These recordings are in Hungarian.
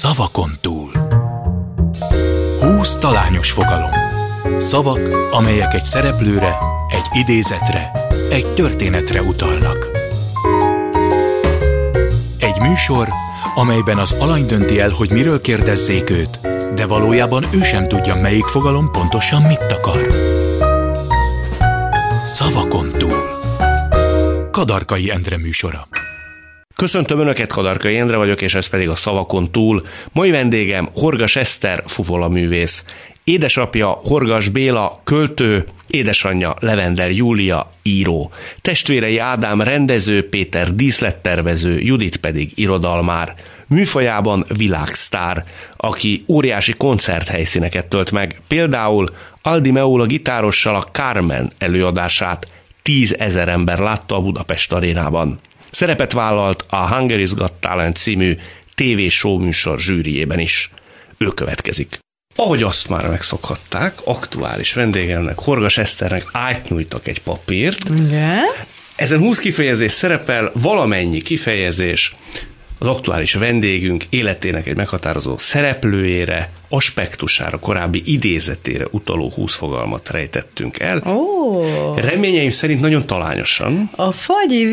Szavakon túl. 20 talányos fogalom. Szavak, amelyek egy szereplőre, egy idézetre, egy történetre utalnak. Egy műsor, amelyben az alany dönti el, hogy miről kérdezzék őt, de valójában ő sem tudja, melyik fogalom pontosan mit akar. Szavakon túl. Kadarkai Endre műsora. Köszöntöm Önöket, Kadarkai Endre vagyok, és ez pedig a Szavakon túl. Mai vendégem Horgas Eszter, fuvolaművész. Édesapja Horgas Béla, költő, édesanyja Levendel Júlia, író. Testvérei Ádám rendező, Péter díszlettervező, Judit pedig irodalmár. Műfajában világsztár, aki óriási koncerthelyszíneket tölt meg. Például Aldi Meola gitárossal a Carmen előadását 10 000 ember látta a Budapest arénában. Szerepet vállalt a Hungary's Got Talent című TV-show műsor zsűriében is. Ő következik. Ahogy azt már megszokhatták, aktuális vendégemnek, Horgas Eszternek átnyújtak egy papírt. Igen. Ezen 20 kifejezés szerepel, valamennyi kifejezés az aktuális vendégünk életének egy meghatározó szereplőjére, aspektusára, korábbi idézetére utaló 20 fogalmat rejtettünk el. Reményeim szerint nagyon talányosan. A fagyi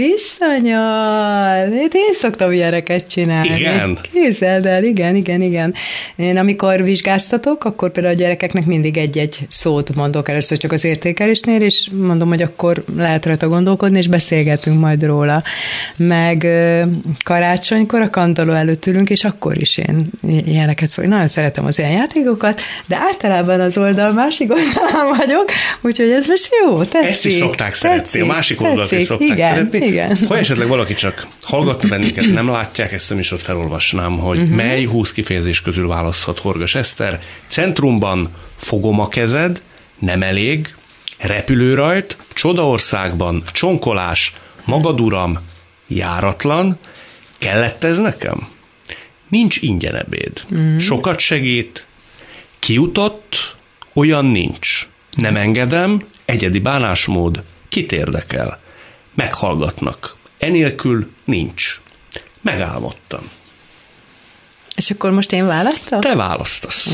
viszonyal! Én szoktam ilyeneket csinálni. Igen? Képzeld el, igen. Én amikor vizsgáztatok, akkor például a gyerekeknek mindig egy-egy szót mondok először csak az értékelésnél, és mondom, hogy akkor lehet rajta gondolkodni, és beszélgetünk majd róla. Meg karácsonykor a kandalló előtt ülünk, és akkor is én ilyeneket szólok. Nagyon szeretem az ilyen játékokat, de általában az oldal másik oldalán vagyok, úgyhogy ez most jó, tetszik. Ezt is szokták szeretni, a másik oldalt is szokták szeretni. Igen. Ha esetleg valaki csak hallgatna bennünket, nem látják, ezt a műsort felolvasnám, hogy mely 20 kifejezés közül választhat Horgas Eszter. Centrumban fogom a kezed, nem elég, repülőrajt, Csodaországban, csonkolás, magad uram, járatlan, kellett ez nekem? Nincs ingyen ebéd. Sokat segít, kijutott, olyan nincs. Nem engedem, egyedi bánásmód, kit érdekel. Meghallgatnak. Enélkül nincs. Megálmodtam. És akkor most én választok? Te választasz.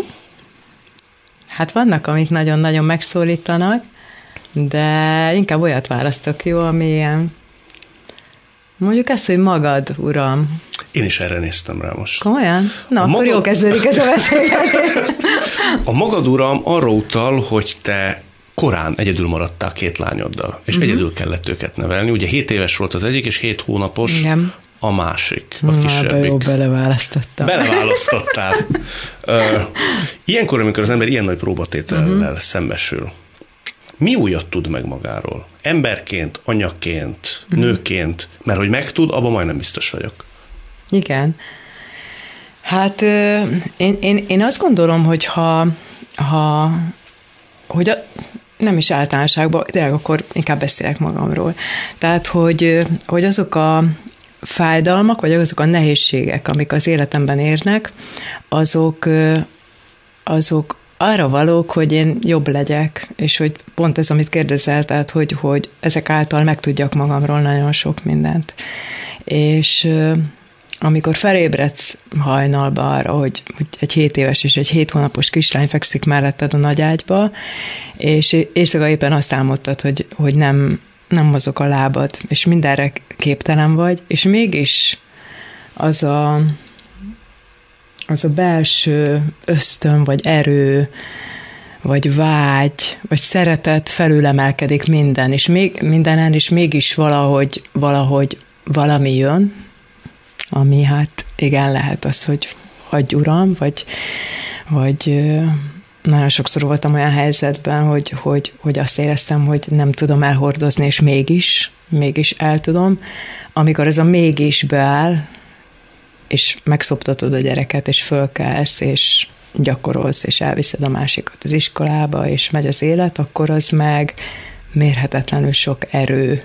Hát vannak, amik nagyon-nagyon megszólítanak, de inkább olyat választok, jó, ami ilyen... Mondjuk ezt, hogy magad, uram. Én is erre néztem rá most. Komolyan? Na, akkor jó kezdődik ez a beszélgetés. A magad, uram, arra utal, hogy te korán egyedül maradtál 2 lányoddal, és egyedül kellett őket nevelni. Ugye 7 éves volt az egyik, és 7 hónapos igen. A másik, a kisebbik. Jó, beleválasztottam. Beleválasztottál. Ilyenkor, amikor az ember ilyen nagy próbatétellel szembesül, mi újat tud meg magáról? Emberként, anyaként, nőként, mert hogy megtud, abban majdnem biztos vagyok. Igen. Hát én azt gondolom, hogy nem is általánosságban, tényleg akkor inkább beszélek magamról. Tehát, hogy azok a fájdalmak, vagy azok a nehézségek, amik az életemben érnek, azok arra valók, hogy én jobb legyek, és hogy pont ez, amit kérdezel, tehát, hogy ezek által megtudjak magamról nagyon sok mindent. És amikor felébredsz hajnalba arra, hogy egy 7 éves és egy 7 hónapos kislány fekszik melletted a nagyágyba, és éjszaka éppen azt álmodtad, hogy nem mozog a lábad, és mindenre képtelen vagy, és mégis az a belső ösztön, vagy erő, vagy vágy, vagy szeretet felülemelkedik minden, és mindenen is mégis valahogy valami jön, ami hát igen lehet az, hogy hagyj uram, vagy nagyon sokszor voltam olyan helyzetben, hogy azt éreztem, hogy nem tudom elhordozni, és mégis el tudom. Amikor ez a mégis beáll, és megszoptatod a gyereket, és fölkelsz, és gyakorolsz, és elviszed a másikat az iskolába, és megy az élet, akkor az meg mérhetetlenül sok erő.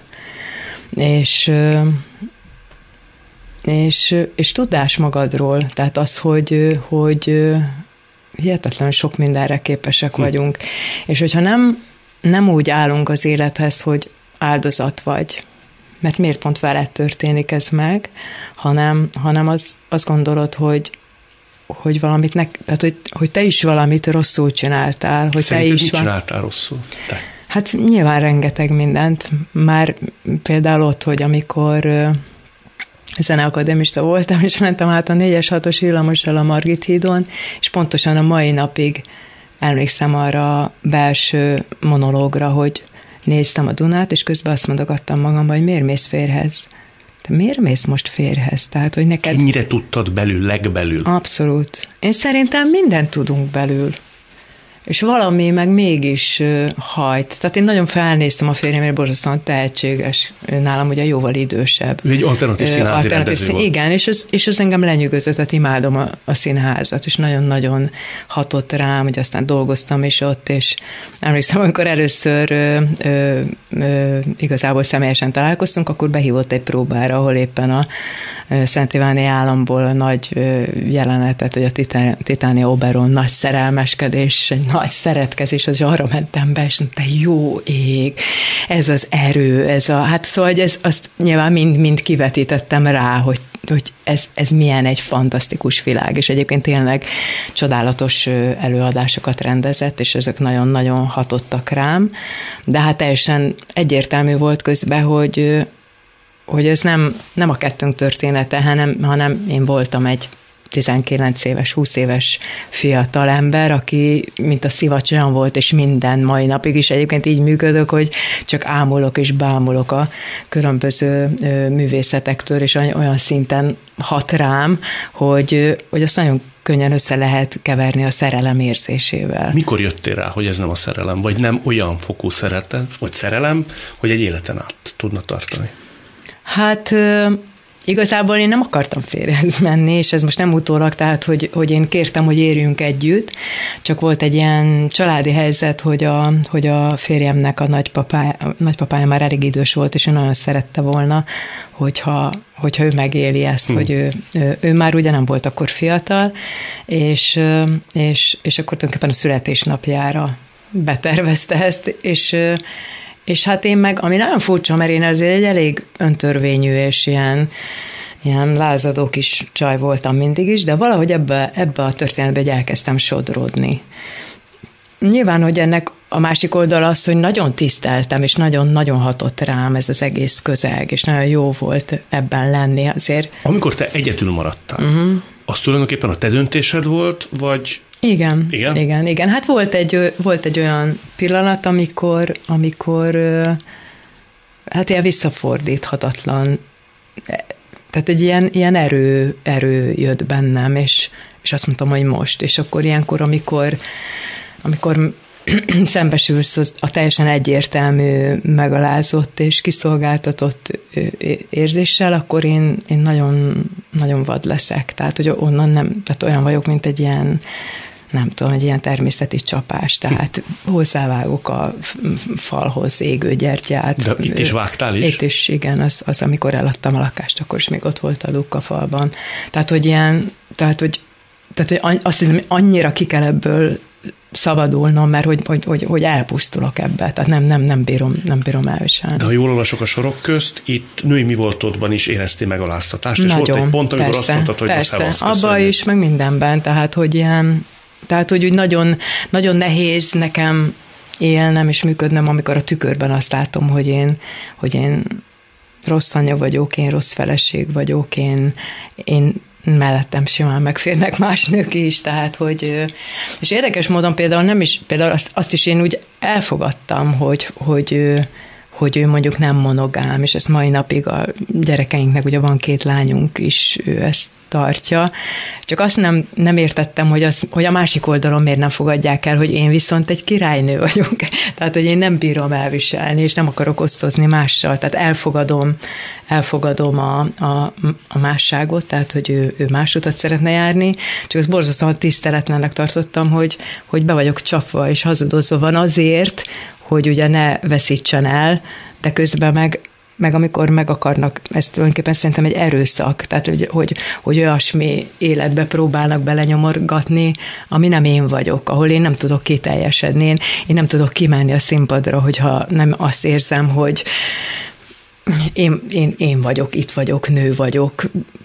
És tudás magadról, tehát az, hogy hihetetlenül sok mindenre képesek vagyunk. És hogyha nem úgy állunk az élethez, hogy áldozat vagy, mert miért pont veled történik ez meg, hanem azt gondolod, hogy hogy valamit tehát hogy te is valamit rosszul csináltál. Hogy szerinted mit csináltál rosszul? Te? Hát nyilván rengeteg mindent. Már például ott, hogy amikor zeneakadémista voltam, és mentem át a 4-es 6-os villamossal a Margit hídon, és pontosan a mai napig emlékszem arra a belső monológra, hogy néztem a Dunát, és közben azt mondogattam magamban, hogy miért mész férhez? Te miért mész most férhez? Tehát, hogy neked... Ennyire tudtad belül, legbelül? Abszolút. Én szerintem mindent tudunk belül. És valami meg mégis hajt. Tehát én nagyon felnéztem a férjemre, borzasztóan tehetséges, nálam ugye jóval idősebb. Ő egy alternatív színházi rendező volt. Igen, és az engem lenyűgözött, tehát imádom a színházat, és nagyon-nagyon hatott rám, hogy aztán dolgoztam is ott, és emlékszem, amikor először igazából személyesen találkoztunk, akkor behívott egy próbára, ahol éppen a Szent Iváni államból a nagy jelenetet, hogy a Titania Oberon nagy szerelmeskedés, egy nagy szeretkezés, az arra mentem be, és te jó ég, ez az erő, hát szóval, hogy azt nyilván mind kivetítettem rá, hogy ez milyen egy fantasztikus világ, és egyébként tényleg csodálatos előadásokat rendezett, és ezek nagyon-nagyon hatottak rám, de hát teljesen egyértelmű volt közben, hogy ez nem a kettőnk története, hanem én voltam egy 19 éves, 20 éves fiatal ember, aki mint a szivacs volt, és minden mai napig is egyébként így működök, hogy csak ámulok és bámulok a különböző művészetektől, és olyan szinten hat rám, hogy azt nagyon könnyen össze lehet keverni a szerelem érzésével. Mikor jöttél rá, hogy ez nem a szerelem, vagy nem olyan fokú szeretet, vagy szerelem, hogy egy életen át tudna tartani? Hát igazából én nem akartam férjhez menni, és ez most nem utólag, tehát hogy én kértem, hogy érjünk együtt, csak volt egy ilyen családi helyzet, hogy a férjemnek a nagypapája már elég idős volt, és ő nagyon szerette volna, hogyha ő megéli ezt, hogy ő már ugye nem volt akkor fiatal, és akkor tulajdonképpen a születésnapjára betervezte ezt, és hát én meg, ami nagyon furcsa, mert én azért egy elég öntörvényű és ilyen lázadó kis csaj voltam mindig is, de valahogy ebbe a történetbe elkezdtem sodródni. Nyilván, hogy ennek a másik oldal az, hogy nagyon tiszteltem, és nagyon-nagyon hatott rám ez az egész közeg, és nagyon jó volt ebben lenni azért. Amikor te egyedül maradtál, az tulajdonképpen a te döntésed volt, vagy... Igen. Hát volt egy olyan pillanat, amikor hát ilyen visszafordíthatatlan, tehát egy ilyen erő jött bennem, és azt mondtam, hogy most. És akkor ilyenkor, amikor szembesülsz a teljesen egyértelmű, megalázott és kiszolgáltatott érzéssel, akkor én nagyon, nagyon vad leszek. Tehát, hogy onnan nem, tehát olyan vagyok, mint egy ilyen, nem tudom, egy ilyen természeti csapás, tehát hozzávágok a falhoz égő gyertyát. De itt is vágtál is? Itt is, igen, az amikor eladtam a lakást, akkor is még ott volt a luk a falban. Tehát, hogy azt hiszem, annyira ki kell ebből szabadulnom, mert hogy elpusztulok ebbe, tehát nem bírom elviselni. De ha jól olvasok a sorok közt, itt női mi voltodban is éreztél megaláztatást, és nagyon, volt egy pont, amikor azt mondtad, hogy persze, abban is, meg mindenben, tehát hogy úgy nagyon, nagyon nehéz nekem élnem és működnem, amikor a tükörben azt látom, hogy én rossz anya vagyok, én rossz feleség vagyok, én mellettem simán megférnek más nők is, tehát hogy, és érdekes módon például azt is én úgy elfogadtam, hogy ő mondjuk nem monogám, és ezt mai napig a gyerekeinknek, ugye van 2 lányunk is, ő ezt tartja. Csak azt nem értettem, hogy a másik oldalon miért nem fogadják el, hogy én viszont egy királynő vagyok. Tehát, hogy én nem bírom elviselni, és nem akarok osztozni mással. Tehát elfogadom a másságot, tehát, hogy ő más utat szeretne járni, csak azt borzasztóan tiszteletlennek tartottam, hogy be vagyok csapva, és hazudozva van azért, hogy ugye ne veszítsen el, de közben meg amikor meg akarnak, ez tulajdonképpen szerintem egy erőszak, tehát hogy olyasmi életbe próbálnak belenyomorgatni, ami nem én vagyok, ahol én nem tudok kiteljesedni, én nem tudok kimenni a színpadra, hogyha nem azt érzem, hogy én vagyok, itt vagyok, nő vagyok,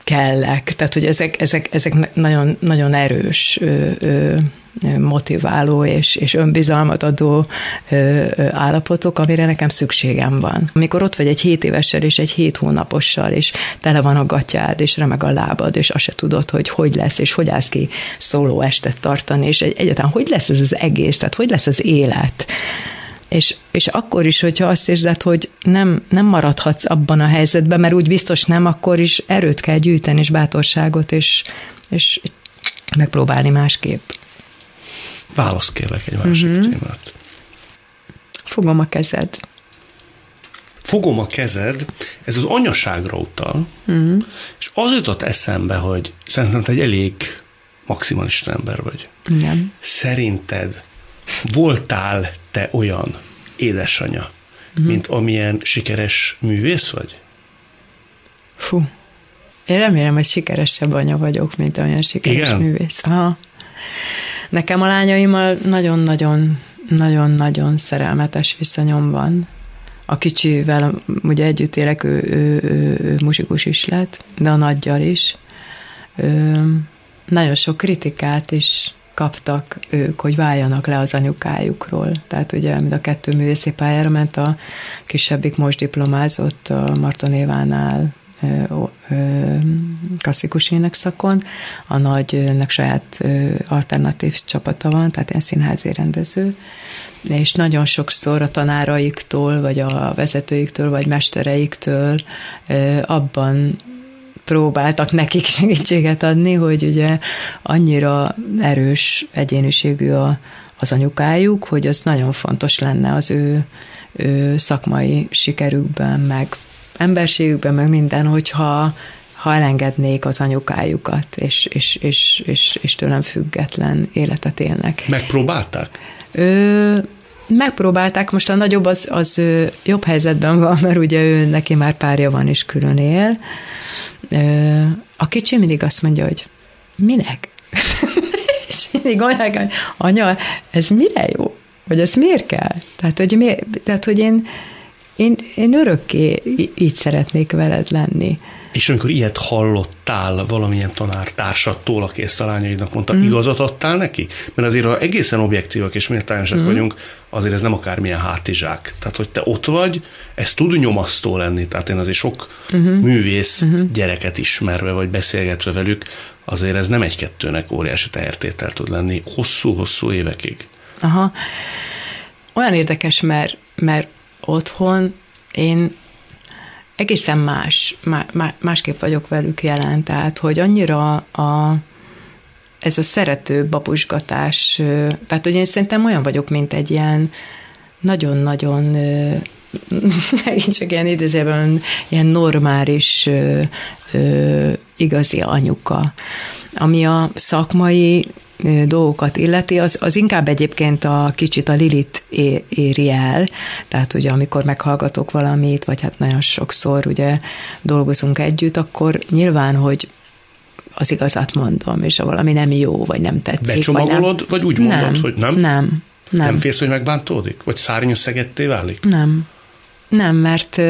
kellek. Tehát, hogy ezek nagyon, nagyon erős motiváló és önbizalmat adó állapotok, amire nekem szükségem van. Amikor ott vagy egy 7 évessel és egy 7 hónapossal, és tele van a gatyád, és remeg a lábad, és azt se tudod, hogy lesz, és hogy állsz ki szóló estet tartani, és egyáltalán hogy lesz ez az egész, tehát hogy lesz az élet. És akkor is, hogyha azt érzed, hogy nem maradhatsz abban a helyzetben, mert úgy biztos nem, akkor is erőt kell gyűjteni, és bátorságot, és megpróbálni másképp. Válasz kérlek egy másik témát. Fogom a kezed. Fogom a kezed, ez az anyaságra utal, és az jutott eszembe, hogy szerintem te egy elég maximalista ember vagy. Igen. Szerinted voltál te olyan édesanyja, mint amilyen sikeres művész vagy? Fú. Én remélem, hogy sikeresebb anya vagyok, mint olyan sikeres művész. Aha. Nekem a lányaimmal nagyon-nagyon szerelmetes viszonyom van. A kicsivel ugye együtt élek, ő muzsikus is lett, de a nagygyal is. Nagyon sok kritikát is kaptak ők, hogy váljanak le az anyukájukról. Tehát ugye, mind a 2 művészi pályára ment, a kisebbik most diplomázott a Marton Évánál klasszikus énekszakon, a nagynak saját alternatív csapata van, tehát ilyen színházi rendező, és nagyon sokszor a tanáraiktól, vagy a vezetőiktől, vagy mestereiktől abban próbáltak nekik segítséget adni, hogy ugye annyira erős egyéniségű az anyukájuk, hogy az nagyon fontos lenne az ő szakmai sikerükben, meg emberségükben, meg minden, hogyha elengednék az anyukájukat, és tőlem független életet élnek. Megpróbálták? Megpróbálták, most a nagyobb az jobb helyzetben van, mert ugye neki már párja van, és külön él. A kicsi mindig azt mondja, hogy minek? És mindig mondják, hogy anya, ez mire jó? Vagy ez miért kell? Tehát, hogy én örökké így szeretnék veled lenni. És amikor ilyet hallottál valamilyen tanártársattól, aki ezt a lányaidnak mondta, igazat adtál neki? Mert azért, ha egészen objektívak és méltányosak vagyunk, azért ez nem akármilyen hátizsák. Tehát, hogy te ott vagy, ez tud nyomasztó lenni. Tehát én azért sok művész gyereket ismerve, vagy beszélgetve velük, azért ez nem 1-2-nek óriási tehertétel tud lenni hosszú-hosszú évekig. Aha. Olyan érdekes, mert otthon én egészen másképp vagyok velük jelen, tehát, hogy annyira ez a szerető babusgatás, tehát, hogy én szerintem olyan vagyok, mint egy ilyen nagyon-nagyon csak ilyen idézőben ilyen normális igazi anyuka. Ami a szakmai dolgokat illeti, az inkább egyébként kicsit a Lilit éri el, tehát ugye amikor meghallgatok valamit, vagy hát nagyon sokszor ugye dolgozunk együtt, akkor nyilván, hogy az igazat mondom, és ha valami nem jó, vagy nem tetszik. Becsomagolod, vagy úgy mondod, hogy nem? Nem. Nem félsz, hogy megbántódik? Vagy szárnyaszegetté válik? Nem, mert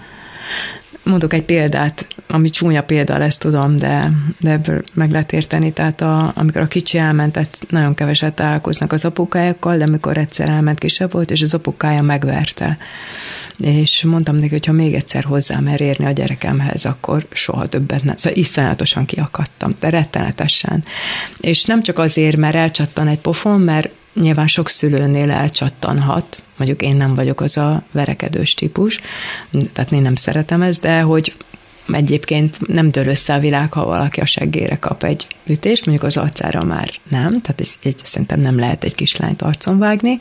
mondok egy példát, ami csúnya példa lesz, tudom, de ebből meg lehet érteni. Tehát amikor a kicsi elment, nagyon keveset találkoznak az apukájukkal, de amikor egyszer elment, kisebb volt, és az apukája megverte. És mondtam neki, hogy ha még egyszer hozzám mer érni a gyerekemhez, akkor soha többet nem. Szóval iszonyatosan kiakadtam, de rettenetesen. És nem csak azért, mert elcsattan egy pofon, mert nyilván sok szülőnél elcsattanhat, mondjuk én nem vagyok az a verekedős típus, tehát én nem szeretem ezt, de hogy egyébként nem dől össze a világ, ha valaki a seggére kap egy ütést, mondjuk az arcára már nem, tehát szerintem nem lehet egy kislányt arcon vágni,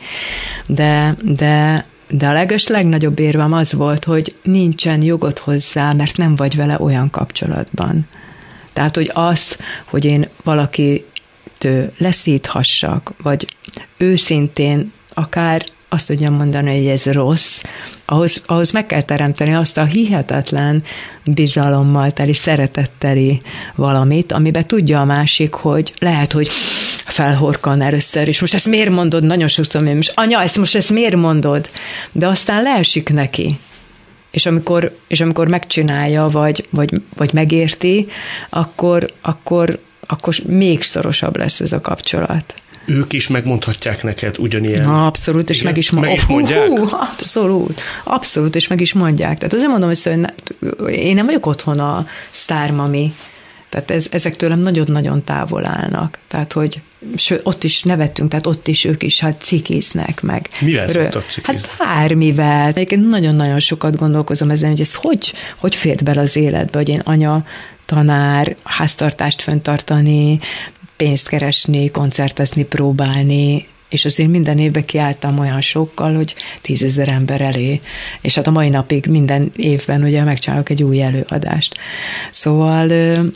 de a legnagyobb érvem az volt, hogy nincsen jogod hozzá, mert nem vagy vele olyan kapcsolatban. Tehát, hogy azt, hogy én valakit leszíthassak, vagy őszintén akár azt tudjam mondani, hogy ez rossz, ahhoz meg kell teremteni azt a hihetetlen bizalommal teli, szeretetteli valamit, amiben tudja a másik, hogy lehet, hogy felhorkan először, és most ezt miért mondod? Nagyon sokszor, most anya, ezt miért mondod? De aztán leesik neki. és amikor megcsinálja, vagy megérti, akkor még szorosabb lesz ez a kapcsolat. Ők is megmondhatják neked ugyanilyen. Abszolút, és meg is mondják? Abszolút, és meg is mondják. Tehát azért mondom, hogy én nem vagyok otthon a sztármami, tehát ezek tőlem nagyon-nagyon távol állnak. Tehát, hogy ott is nevettünk, tehát ott is ők is cikiznek meg. Mivel szoktak cikizni? Hát bármivel. Egyébként nagyon-nagyon sokat gondolkozom ezen, hogy ez hogy fért bele az életbe, hogy én anya, tanár, háztartást fenntartani, pénzt keresni, koncertezni, próbálni, és azért minden évben kiálltam olyan sokkal, hogy 10 000 ember elé, és hát a mai napig minden évben ugye megcsinálok egy új előadást. Szóval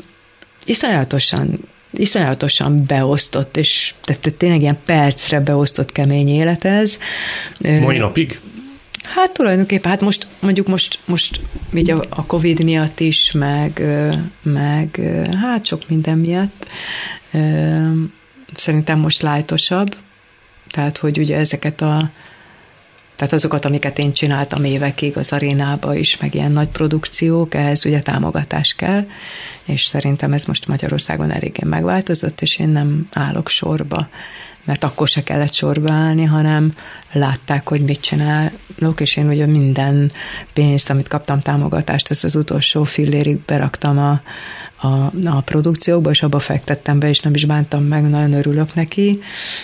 iszonyatosan beosztott, és tehát tényleg ilyen percre beosztott kemény élet ez. Mai napig? Hát tulajdonképpen, hát most így a Covid miatt is, meg hát sok minden miatt szerintem most lájtosabb, tehát hogy ugye tehát azokat, amiket én csináltam évekig az arénába is, meg ilyen nagy produkciók, ehhez ugye támogatás kell, és szerintem ez most Magyarországon eléggé megváltozott, és én nem állok sorba, mert akkor se kellett sorba állni, hanem látták, hogy mit csinálok, és én ugye minden pénzt, amit kaptam támogatást, az utolsó fillérig beraktam a produkciókba, és abba fektettem be, és nem is bántam meg, nagyon örülök neki,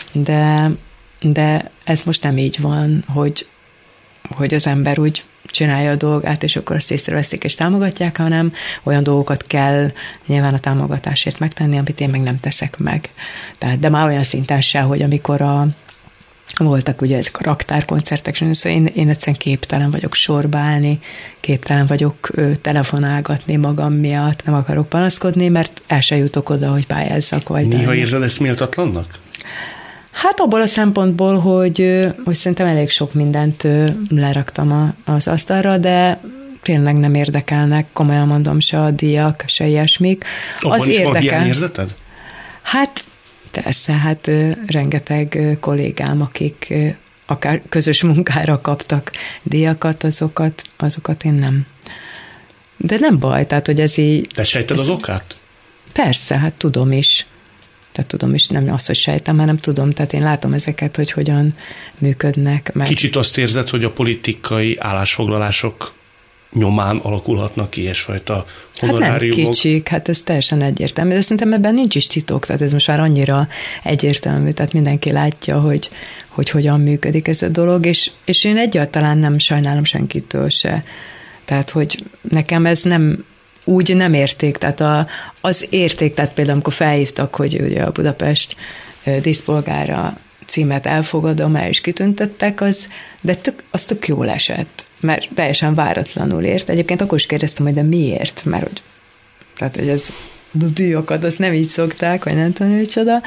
de ez most nem így van, hogy az ember úgy csinálja a dolgát, és akkor azt észreveszik és támogatják, hanem olyan dolgokat kell nyilván a támogatásért megtenni, amit én meg nem teszek meg. Tehát, de már olyan szinten se, hogy amikor voltak ugye ezek a raktárkoncertek, szóval én egyszerűen képtelen vagyok sorba állni, képtelen vagyok telefonálgatni magam miatt, nem akarok panaszkodni, mert el se jutok oda, hogy pályázzak. Vagy néha érzed ezt méltatlannak? Hát abból a szempontból, hogy szerintem elég sok mindent leraktam az asztalra, de tényleg nem érdekelnek, komolyan mondom, se a díjak, se ilyesmik. Abban is van hiányérzeted? Hát persze, hát rengeteg kollégám, akik akár közös munkára kaptak díjakat, azokat én nem. De nem baj, tehát hogy ez így... Te sejted az okát? Persze, hát tudom is. Tehát tudom is, nem az, hogy sejtem, hanem tudom, tehát én látom ezeket, hogy hogyan működnek. Meg. Kicsit azt érzed, hogy a politikai állásfoglalások nyomán alakulhatnak ki ilyesfajta honoráriumok? Hát nem kicsik, hát ez teljesen egyértelmű, de szerintem ebben nincs is titok, tehát ez most már annyira egyértelmű, tehát mindenki látja, hogy hogyan működik ez a dolog, és én egyáltalán nem sajnálom senkitől se. Tehát, hogy nekem ez nem úgy nem érték, tehát az érték, tehát például amikor felhívtak, hogy ugye a Budapest díszpolgára címet elfogadom, el is kitüntettek, de az tök jól esett, mert teljesen váratlanul ért. Egyébként akkor is kérdeztem, hogy de miért, mert hogy ez a díjakat, azt nem így szokták, vagy nem tudom, micsoda,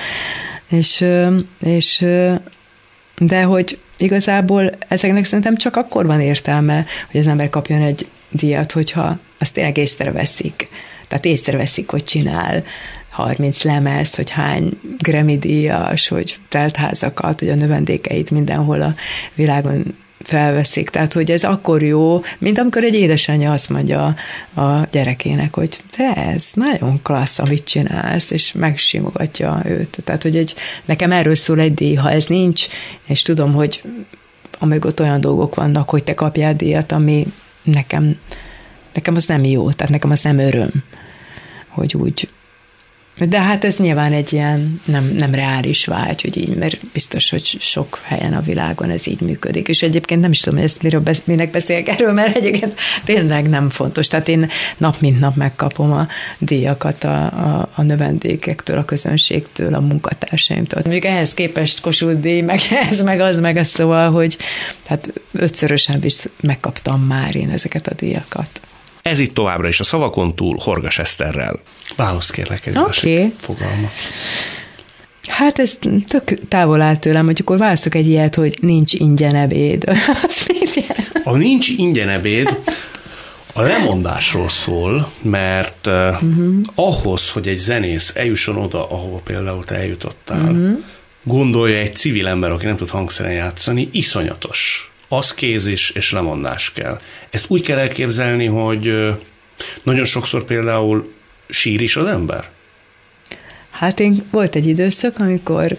de hogy igazából ezeknek szerintem csak akkor van értelme, hogy az ember kapjon egy díjat, hogyha azt tényleg észreveszik. Tehát észreveszik, hogy csinál 30 lemezt, hogy hány Grammy díjas, hogy teltházakat, hogy a növendékeit mindenhol a világon felveszik. Tehát, hogy ez akkor jó, mint amikor egy édesanyja azt mondja a gyerekének, hogy te ez nagyon klassz, amit csinálsz, és megsimogatja őt. Tehát, hogy nekem erről szól egy díj, ha ez nincs, és tudom, hogy amögött olyan dolgok vannak, hogy te kapjál díjat, ami nekem az nem jó, tehát nekem az nem öröm, hogy úgy. De hát ez nyilván egy ilyen nem reális vágy, hogy így, mert biztos, hogy sok helyen a világon ez így működik. És egyébként nem is tudom, hogy ezt minek beszélek erről, mert egyébként tényleg nem fontos. Tehát én nap mint nap megkapom a díjakat a növendékektől, a közönségtől, a munkatársaimtól. Mondjuk ehhez képest Kossuth díj, meg ez, meg az, szóval, hogy hát 5-szörösen megkaptam már én ezeket a díjakat. Ez itt továbbra is a Szavakon túl Horgas Eszterrel. Válasz kérlek egy másik fogalma. Hát ez tök távol áll tőlem, hogy akkor választok egy ilyet, hogy nincs ingyen ebéd. Az mit jelent? A nincs ingyen ebéd a lemondásról szól, mert ahhoz, hogy egy zenész eljusson oda, ahova például te eljutottál, gondolja egy civil ember, aki nem tud hangszeren játszani, iszonyatos az kéz is, és lemondás kell. Ezt úgy kell elképzelni, hogy nagyon sokszor például sír is az ember? Hát volt egy időszak, amikor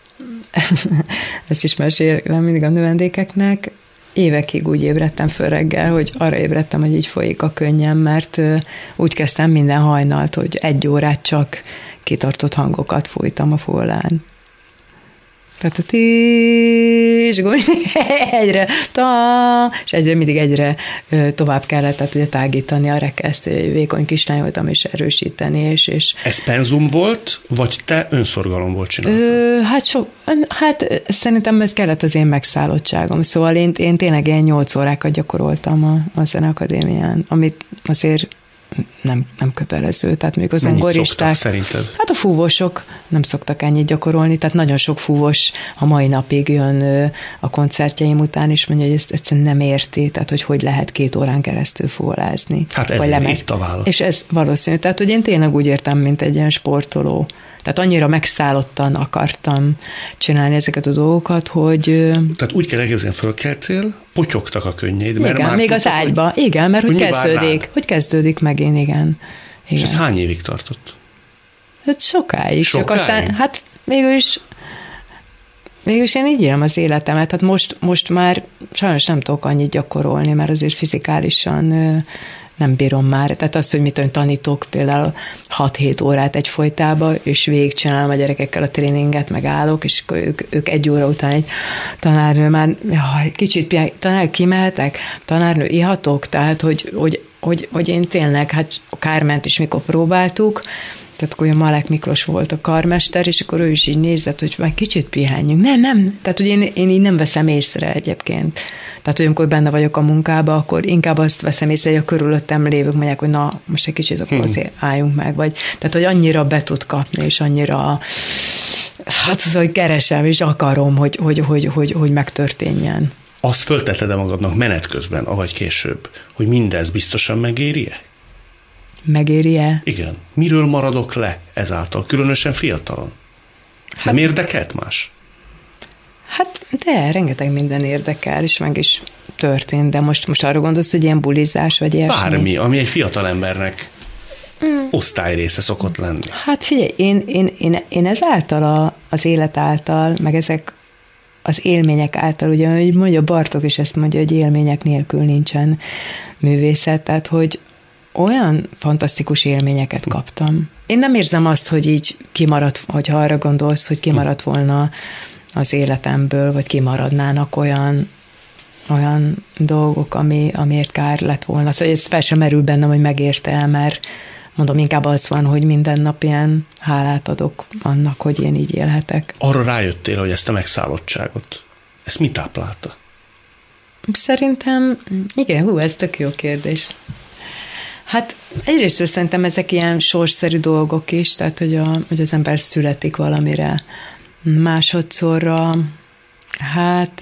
ezt is mesélem mindig a növendékeknek, évekig úgy ébredtem föl reggel, hogy arra ébredtem, hogy így folyik a könnyem, mert úgy kezdtem minden hajnalt, hogy 1 órát csak kitartott hangokat fújtam a follán. Tehát a és egyre, és mindig egyre tovább kellett, tehát ugye tágítani a rekeszt, vékony kislány voltam, és erősíteni, és Ez penzum volt, vagy te önszorgalomból csináltad? Hát szerintem ez kellett az én megszállottságom, szóval én tényleg ilyen 8 órákat gyakoroltam a Zeneakadémián, amit azért nem kötelező, tehát még az zongoristák. Szerinted? Hát a fúvósok nem szoktak ennyit gyakorolni, tehát nagyon sok fúvós a mai napig jön a koncertjeim után, és mondja, hogy ezt egyszerűen nem érti, tehát hogy lehet 2 órán keresztül fúvolázni. Hát ez itt a válasz. És ez valószínű, tehát hogy én tényleg úgy értem, mint egy ilyen sportoló. Tehát annyira megszállottan akartam csinálni ezeket a dolgokat, hogy... Tehát úgy kell elképzelni, fölkeltél, potyogtak a könnyeid, mert igen, már még az ágyba. Igen, mert hogy kezdődik megint, igen. És ez hány évig tartott? Hát sokáig. Csak aztán, hát mégis én így élem az életemet. Hát most már sajnos nem tudok annyit gyakorolni, mert azért fizikálisan nem bírom már. Tehát az, hogy tanítok például 6-7 órát egyfolytában, és végigcsinálom a gyerekekkel a tréninget, megállok, és ők 1 óra után egy tanárnő már kicsit tanár, kimehetek? Tanárnő, ihatok? Tehát, hogy én tényleg, hát a Kárment is mikor próbáltuk, tehát akkor a Malek Miklós volt a karmester, és akkor ő is így nézett, hogy már kicsit pihenjünk. Nem. Tehát, hogy én így nem veszem észre egyébként. Tehát, hogy amikor benne vagyok a munkában, akkor inkább azt veszem észre, hogy a körülöttem lévők mondják, hogy na, most egy kicsit akkor azért álljunk meg. Vagy, tehát, hogy annyira be tud kapni, és annyira hát az, hogy keresem, és akarom, hogy megtörténjen. Azt föltetted-e magadnak menet közben, avagy később, hogy mindez biztosan megéri-e? Megéri-e? Igen. Miről maradok le ezáltal, különösen fiatalon? Nem érdekelt más? Hát de, rengeteg minden érdekel, és meg is történt, de most arra gondolsz, hogy ilyen bulizás, vagy ilyesmi? Bármi, ami egy fiatal embernek osztályrésze szokott lenni. Hát figyelj, én ezáltal az élet által, meg ezek az élmények által, ugye, hogy mondja Bartók is ezt mondja, hogy élmények nélkül nincsen művészet, tehát hogy olyan fantasztikus élményeket kaptam. Én nem érzem azt, hogy így kimaradt, hogyha arra gondolsz, hogy kimaradt volna az életemből, vagy kimaradnának olyan dolgok, amiért kár lett volna. Szóval ez fel sem merül bennem, hogy megérte el, mert mondom, inkább az van, hogy minden nap ilyen hálát adok annak, hogy én így élhetek. Arra rájöttél, hogy ezt a megszállottságot, ezt mi táplálta? Szerintem, igen, ez tök jó kérdés. Hát egyrészt szerintem ezek ilyen sorsszerű dolgok is, tehát hogy az ember születik valamire. Másodszorra, hát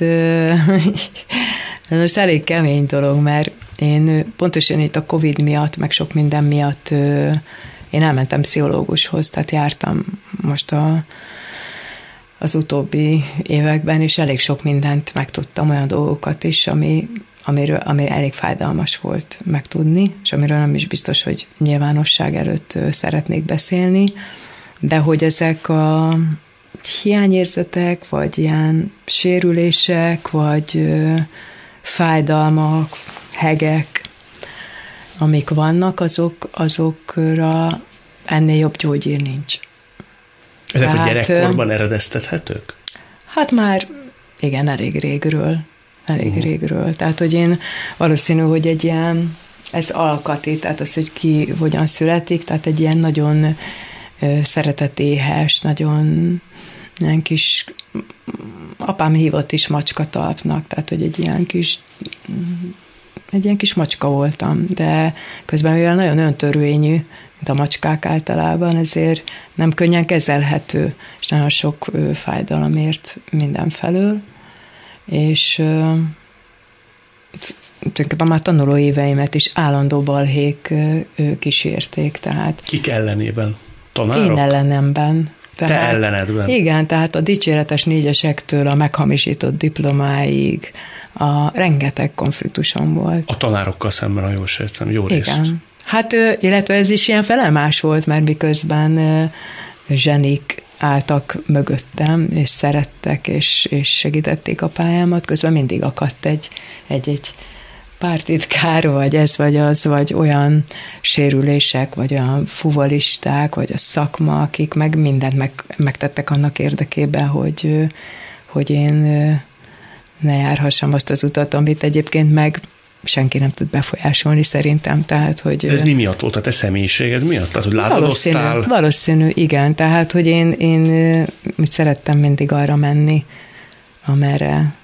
most elég kemény dolog, mert én pontosan itt a Covid miatt, meg sok minden miatt én elmentem pszichológushoz, tehát jártam most az utóbbi években, és elég sok mindent megtudtam, olyan dolgokat is, ami elég fájdalmas volt megtudni, és amiről nem is biztos, hogy nyilvánosság előtt szeretnék beszélni, de hogy ezek a hiányérzetek, vagy ilyen sérülések, vagy fájdalmak, hegek, amik vannak, azokra ennél jobb gyógyír nincs. Ezek a gyerekkorban eredeztethetők? Hát már igen, elég régről. Tehát, hogy én valószínű, hogy egy ilyen, ez alkati, tehát az, hogy ki hogyan születik, tehát egy ilyen nagyon szeretetéhes, nagyon ilyen kis, apám hívott is macskatalpnak, tehát, hogy egy ilyen kis macska voltam, de közben mivel nagyon öntörvényű, mint a macskák általában, ezért nem könnyen kezelhető, és nagyon sok fájdalomért mindenfelől, és tulajdonképpen már tanuló éveimet is állandó balhék kísérték, tehát. Kik ellenében? Tanárok? Én ellenemben. Tehát, te ellenedben? Igen, tehát a dicséretes 4-esektől a meghamisított diplomáig, rengeteg konfliktusom volt. A tanárokkal szemben, ha jól sejtem, jó részt. Igen. Hát, illetve ez is ilyen felemás volt, mert miközben zsenik álltak mögöttem, és szerettek, és segítették a pályámat, közben mindig akadt egy pártitkár, vagy ez, vagy az, vagy olyan sérülések, vagy olyan fuvalisták, vagy a szakma, akik meg mindent megtettek annak érdekében, hogy én ne járhassam azt az utat, amit egyébként meg senki nem tud befolyásolni szerintem. Tehát, hogy de ez mi miatt volt? A te személyiséged miatt? Tehát, hogy lázadoztál? Valószínű, igen. Tehát, hogy én szerettem mindig arra menni, amerre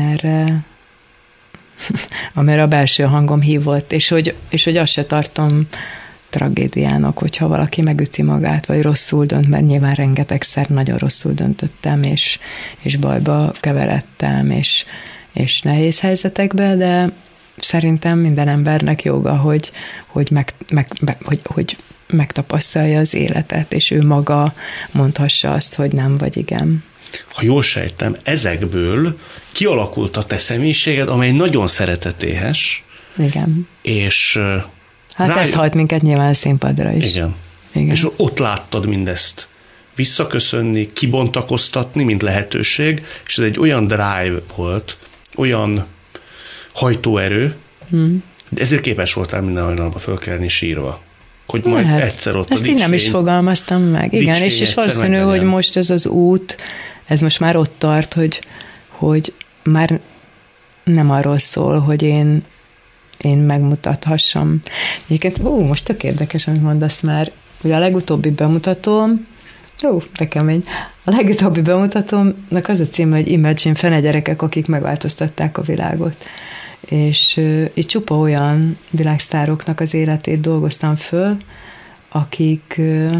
a belső hangom hívott, és hogy azt se tartom tragédiának, hogyha valaki megüti magát, vagy rosszul dönt, mert nyilván rengetegszer nagyon rosszul döntöttem, és bajba keveredtem, és nehéz helyzetekbe, de szerintem minden embernek joga, hogy megtapasztalja az életet, és ő maga mondhassa azt, hogy nem vagy igen. Ha jól sejtem, ezekből kialakult a te személyiséged, amely nagyon szeretetéhes. Igen. És hát ez hajt minket nyilván a színpadra is. Igen. És ott láttad mindezt visszaköszönni, kibontakoztatni, mint lehetőség, és ez egy olyan drive volt, olyan hajtóerő, de ezért képes voltál minden hajnalba fölkelni sírva. Hogy majd egyszer ott ezt így nem is fogalmaztam meg. Igen, és valószínű, hogy most ez az út, ez most már ott tart, hogy már nem arról szól, hogy én megmutathassam. Egyébként, most tök érdekes, amit mondasz már, hogy a legutóbbi bemutatóm, de kemény, a legutóbbi bemutatómnak az a címe, hogy Imagine, fene gyerekek, akik megváltoztatták a világot. És itt csupa olyan világsztároknak az életét dolgoztam föl, akik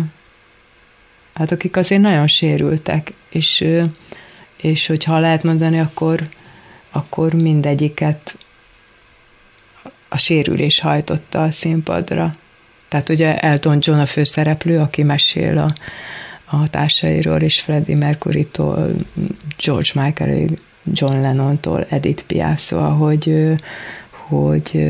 azért nagyon sérültek, és hogyha lehet mondani, akkor mindegyiket a sérülés hajtotta a színpadra. Tehát ugye Elton John a főszereplő, aki mesél a társairól, és Freddie Mercury-tól, George Michael-ig, John Lennontól, Edith Piaf, szóval, hogy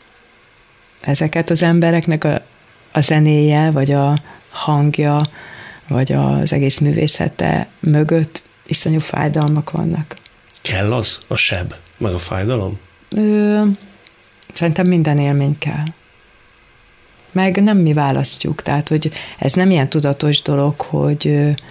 ezeket az embereknek a zenéje, vagy a hangja, vagy az egész művészete mögött iszonyú fájdalmak vannak. Kell az? A seb? Meg a fájdalom? Szerintem minden élmény kell. Meg nem mi választjuk, tehát, hogy ez nem ilyen tudatos dolog, hogy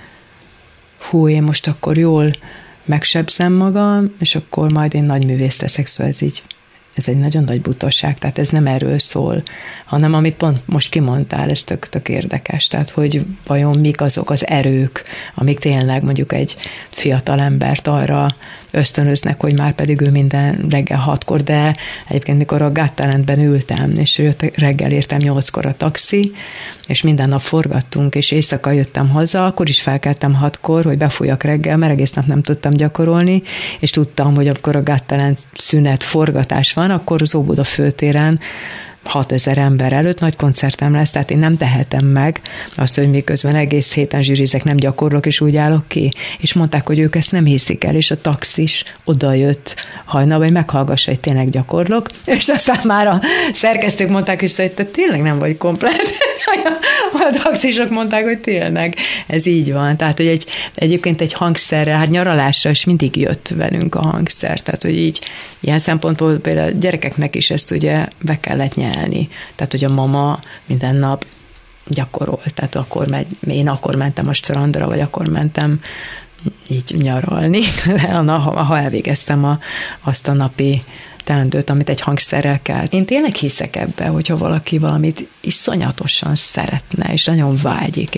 én most akkor jól megsebzem magam, és akkor majd én nagy művész leszek, szóval ez egy nagyon nagy butaság, tehát ez nem erről szól, hanem amit pont most kimondtál, ez tök érdekes, tehát hogy vajon mik azok az erők, amik tényleg mondjuk egy fiatal embert arra ösztönöznek, hogy már pedig ő minden reggel 6-kor, de egyébként mikor a Got Talentben ültem, és reggel értem 8-kor a taxi, és minden nap forgattunk, és éjszaka jöttem haza, akkor is felkeltem 6-kor, hogy befújjak reggel, mert egész nap nem tudtam gyakorolni, és tudtam, hogy akkor a Got Talent szünet, forgatás van, akkor az Óbuda főtéren 6000 ember előtt nagy koncertem lesz, tehát én nem tehetem meg azt, hogy miközben egész héten zsűrizek, nem gyakorlok, és úgy állok ki. És mondták, hogy ők ezt nem hiszik el, és a taxis odajött hajnalban, hogy meghallgassa, hogy tényleg gyakorlok, és aztán már a szerkesztők mondták vissza, hogy te tényleg nem vagy komplett. A taxisok mondták, hogy tényleg ez így van. Tehát, hogy egyébként egy hangszerrel, hát nyaralásra is mindig jött velünk a hangszer. Tehát, hogy így ilyen szempontból például a gyerekeknek is ezt ugye be kellett nyelni. Tehát, hogy a mama minden nap gyakorol. Tehát én akkor mentem a strandra, vagy akkor mentem így nyaralni, ha elvégeztem azt a napi teendőt, amit egy hangszerrel kell. Én tényleg hiszek ebbe, hogyha valaki valamit iszonyatosan szeretne, és nagyon vágyik,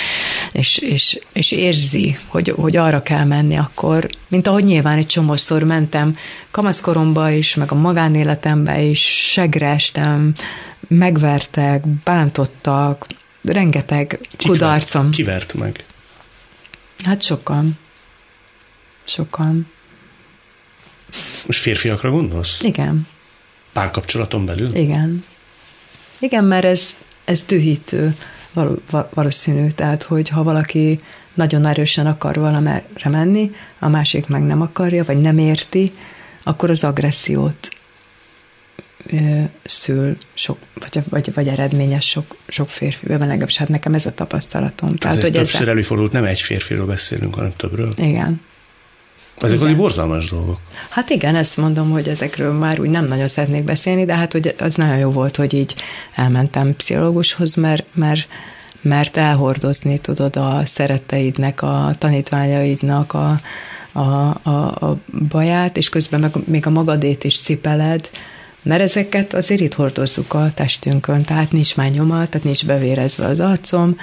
és érzi, hogy arra kell menni, akkor, mint ahogy nyilván egy csomószor mentem kamaszkoromba is, meg a magánéletembe is, segre estem, megvertek, bántottak, rengeteg kudarcom. Ki vert meg? Hát sokan. Most férfiakra gondolsz? Igen. Párkapcsolaton belül? Igen, mert ez dühítő valószínű. Tehát, hogy ha valaki nagyon erősen akar valamerre menni, a másik meg nem akarja, vagy nem érti, akkor az agressziót szül sok, vagy eredményes sok férfiben, legalábbis hát nekem ez a tapasztalatom. Tehát, hogy többször előfordult, nem egy férfiról beszélünk, hanem többről. Igen. Ezek azért borzalmas dolgok. Hát igen, ezt mondom, hogy ezekről már úgy nem nagyon szeretnék beszélni, de hát hogy az nagyon jó volt, hogy így elmentem pszichológushoz, mert elhordozni tudod a szeretteidnek, a tanítványaidnak a baját, és közben meg még a magadét is cipeled, mert ezeket azért itt hordozzuk a testünkön, tehát nincs már nyoma, tehát nincs bevérezve az arcom,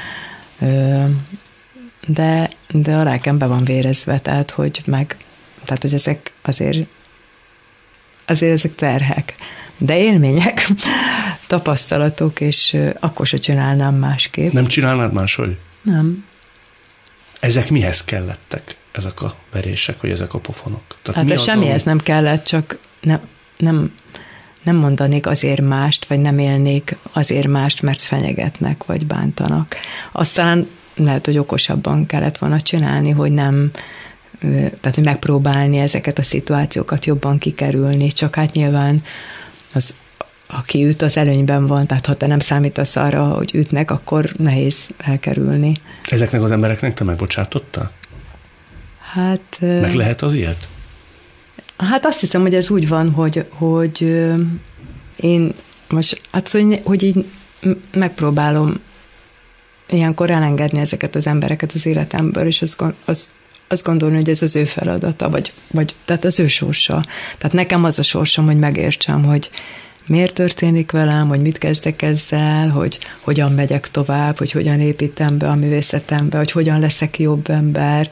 de a lelkem be van vérezve, tehát hogy ezek azért ezek terhek, de élmények, tapasztalatok, és akkor se csinálnám másképp. Nem csinálnád máshogy? Nem. Ezek mihez kellettek, ezek a verések, vagy ezek a pofonok? Tehát hát semmihez nem kellett, csak nem mondanék azért mást, vagy nem élnék azért mást, mert fenyegetnek, vagy bántanak. Aztán lehet, hogy okosabban kellett volna csinálni, hogy nem, tehát hogy megpróbálni ezeket a szituációkat jobban kikerülni, csak hát nyilván az, aki üt, az előnyben van, tehát ha te nem számítasz arra, hogy ütnek, akkor nehéz elkerülni. Ezeknek az embereknek te megbocsátottál? Hát... Meg lehet az ilyet? Hát azt hiszem, hogy ez úgy van, hogy én most, hát hogy így megpróbálom ilyenkor elengedni ezeket az embereket az életemből, és azt gondolni, hogy ez az ő feladata, vagy tehát az ő sorsa. Tehát nekem az a sorsom, hogy megértsem, hogy miért történik velem, hogy mit kezdek ezzel, hogy hogyan megyek tovább, hogy hogyan építem be a művészetembe, hogy hogyan leszek jobb ember,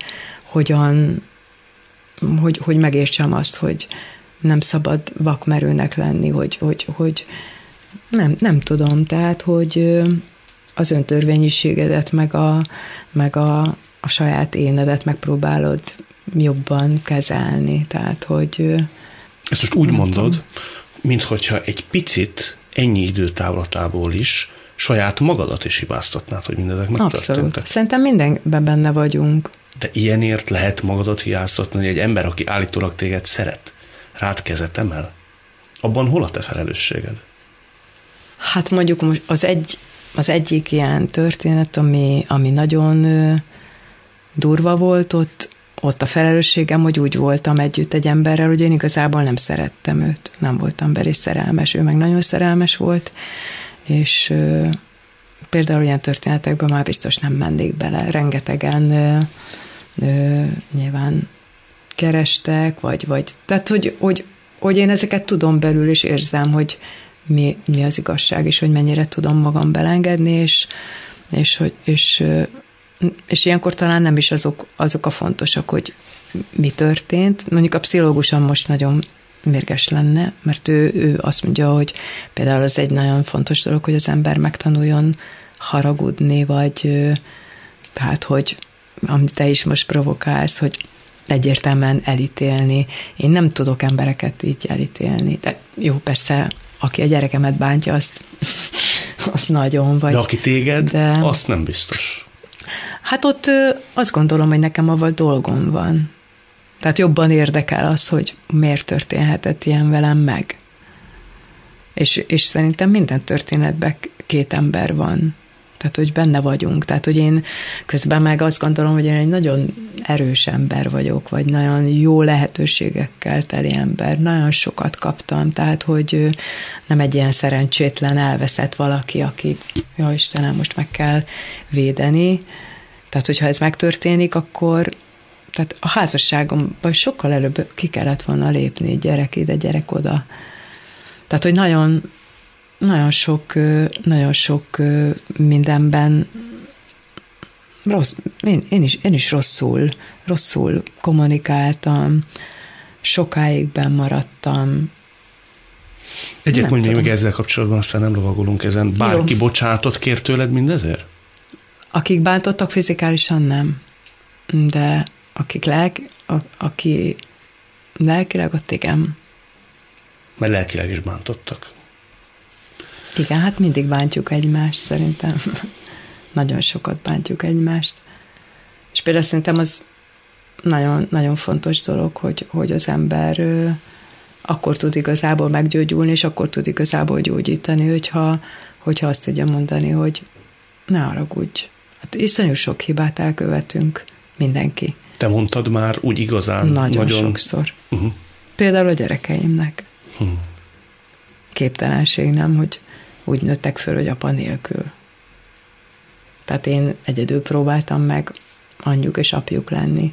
hogy megértsem azt, hogy nem szabad vakmerőnek lenni, hogy nem tudom, tehát, hogy az öntörvényűségedet, meg a saját énedet megpróbálod jobban kezelni, tehát, hogy... Ezt most úgy mondod, minthogyha egy picit ennyi idő távlatából is saját magadat is hibáztatnád, hogy mindezek megtörténtek. Abszolút. Szerintem mindenben benne vagyunk. De ilyenért lehet magadat hibáztatni, hogy egy ember, aki állítólag téged szeret, rád kezet emel? Abban hol a te felelősséged? Hát mondjuk most az egyik ilyen történet, ami nagyon durva volt, ott a felelősségem, hogy úgy voltam együtt egy emberrel, hogy én igazából nem szerettem őt. Nem voltam belé szerelmes, ő meg nagyon szerelmes volt, és például ilyen történetekben már biztos nem mennék bele. Rengetegen nyilván kerestek, vagy tehát, hogy én ezeket tudom belül, és érzem, hogy mi az igazság, és hogy mennyire tudom magam belengedni, és ilyenkor talán nem is azok a fontosak, hogy mi történt. Mondjuk a pszichológusom most nagyon mérges lenne, mert ő azt mondja, hogy például az egy nagyon fontos dolog, hogy az ember megtanuljon haragudni, vagy tehát, hogy amit te is most provokálsz, hogy egyértelműen elítélni. Én nem tudok embereket így elítélni. De jó, persze, aki a gyerekemet bántja, azt nagyon. Vagy, de aki téged, azt nem biztos. Hát ott azt gondolom, hogy nekem avval dolgom van. Tehát jobban érdekel az, hogy miért történhetett ilyen velem meg. És szerintem minden történetben két ember van. Tehát, hogy benne vagyunk. Tehát, hogy én közben meg azt gondolom, hogy én egy nagyon erős ember vagyok, vagy nagyon jó lehetőségekkel teli ember. Nagyon sokat kaptam, tehát, hogy nem egy ilyen szerencsétlen elveszett valaki, aki, ja Istenem, most meg kell védeni. Tehát, hogyha ez megtörténik, akkor tehát a házasságomban sokkal előbb ki kellett volna lépni, gyerek ide, gyerek oda. Tehát, hogy nagyon sok mindenben rossz, én is rosszul kommunikáltam, sokáig benn maradtam. Egyet mondjuk meg ezzel kapcsolatban, aztán nem lovagolunk ezen. Bárki bocsánatot kér tőled mindezért? Akik bántottak fizikálisan nem, de aki lelkileg, ott igen. Mert lelkileg is bántottak. Igen, hát mindig bántjuk egymást, szerintem. Nagyon sokat bántjuk egymást. És például szerintem az nagyon, nagyon fontos dolog, hogy az ember akkor tud igazából meggyógyulni, és akkor tud igazából gyógyítani, hogyha azt tudja mondani, hogy ne haragudj. Hát iszonyú sok hibát elkövetünk, mindenki. Te mondtad már úgy igazán? Nagyon sokszor. Például a gyerekeimnek. Képtelenség, nem, hogy úgy nőttek föl, hogy apa nélkül. Tehát én egyedül próbáltam meg anyjuk és apjuk lenni,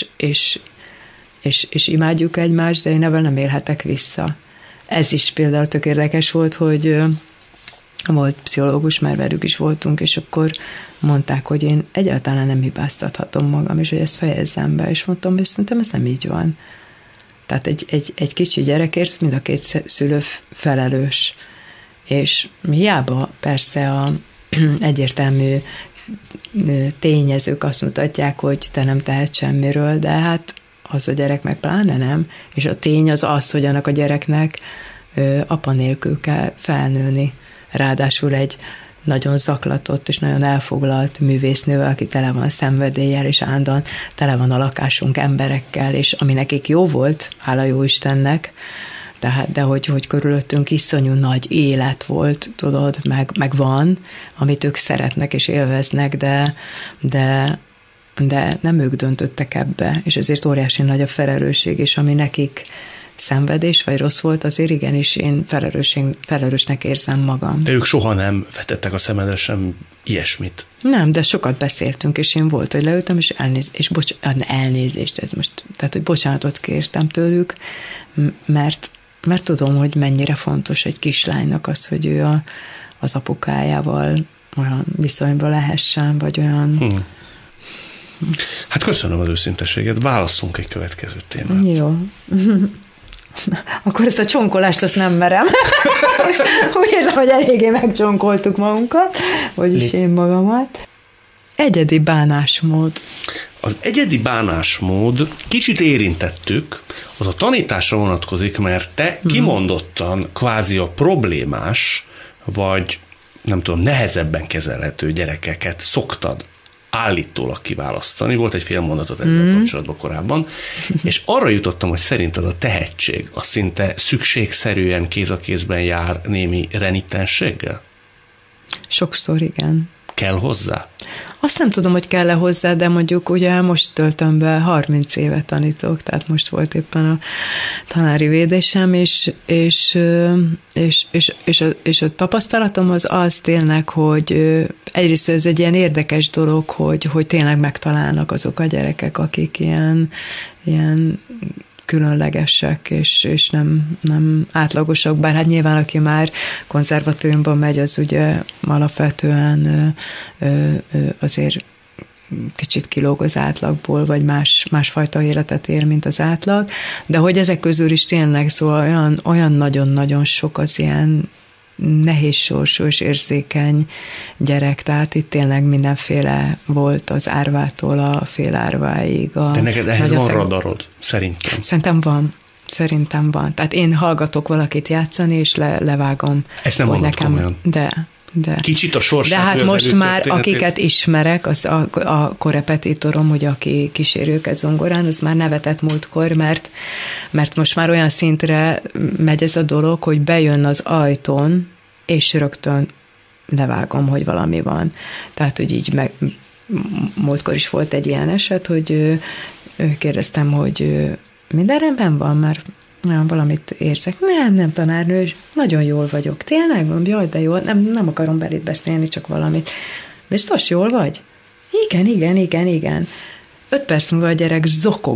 és imádjuk egymást, de én ebben nem élhetek vissza. Ez is például tök érdekes volt, hogy volt pszichológus, mert velük is voltunk, és akkor mondták, hogy én egyáltalán nem hibáztathatom magam, és hogy ezt fejezzem be, és mondtam, hogy szerintem ez nem így van. Tehát egy kicsi gyerekért mind a két szülő felelős, és hiába persze a egyértelmű tényezők azt mutatják, hogy te nem tehetsz semmiről, de hát az a gyerek meg pláne nem, és a tény az, hogy annak a gyereknek apa nélkül kell felnőni. Ráadásul egy nagyon zaklatott és nagyon elfoglalt művésznővel, aki tele van szenvedéllyel, és állandóan tele van a lakásunk emberekkel, és ami nekik jó volt, hála jó Istennek, de hogy körülöttünk iszonyú nagy élet volt, tudod, meg van, amit ők szeretnek és élveznek, de nem ők döntöttek ebbe, és ezért óriási nagy a felelősség, és ami nekik szenvedés vagy rossz volt, azért igenis én felelősnek érzem magam. De ők soha nem vetettek a szemedre sem ilyesmit. Nem, de sokat beszéltünk, és én volt, hogy leültem, és elnézést ez most, tehát hogy bocsánatot kértem tőlük, mert tudom, hogy mennyire fontos egy kislánynak az, hogy ő az apukájával olyan viszonyban lehessen, vagy olyan... Hát köszönöm az őszinteséget, válasszunk egy következő témát. Jó. Akkor ezt a csonkolást azt nem merem. Úgy érzem, hogy eléggé megcsonkoltuk magunkat, vagyis én magamat. Egyedi bánásmód. Az egyedi bánásmód, kicsit érintettük, az a tanításra vonatkozik, mert te kimondottan kvázi a problémás, vagy nem tudom, nehezebben kezelhető gyerekeket szoktad állítólag kiválasztani. Volt egy fél mondatot ezzel kapcsolatban korábban, és arra jutottam, hogy szerinted a tehetség az szinte szükségszerűen kéz a kézben jár némi renitensséggel? Sokszor igen. Kell hozzá? Azt nem tudom, hogy kell-e hozzá, de mondjuk ugye most töltöm be, 30 évet tanítok, tehát most volt éppen a tanári védésem, és a tapasztalatom az tényleg, hogy egyrészt ez egy ilyen érdekes dolog, hogy tényleg megtalálnak azok a gyerekek, akik ilyen különlegesek, és nem átlagosak, bár hát nyilván, aki már konzervatóriumban megy, az ugye alapvetően azért kicsit kilóg az átlagból, vagy másfajta életet él, mint az átlag, de hogy ezek közül is tényleg szóval olyan nagyon-nagyon sok az ilyen nehéz sorsú és érzékeny gyerek, tehát itt tényleg mindenféle volt az árvától a félárváig. De neked ehhez van radarod, szerintem. Szerintem van. Tehát én hallgatok valakit játszani, és levágom. Ezt nem mondod komolyan. De. Kicsit a sorsát. De hát most már, akiket ismerek, az a korepetitorom, hogy aki kíséri őket zongorán, az már nevetett múltkor, mert most már olyan szintre megy ez a dolog, hogy bejön az ajtón, és rögtön levágom, hogy valami van. Tehát, hogy így múltkor is volt egy ilyen eset, hogy kérdeztem, hogy minden rendben van, mert olyan valamit érzek. Nem, tanárnő, nagyon jól vagyok. Tényleg? Jaj, de jól. Nem akarom beléd beszélni, csak valamit. Biztos jól vagy? Igen. 5 perc múlva a gyerek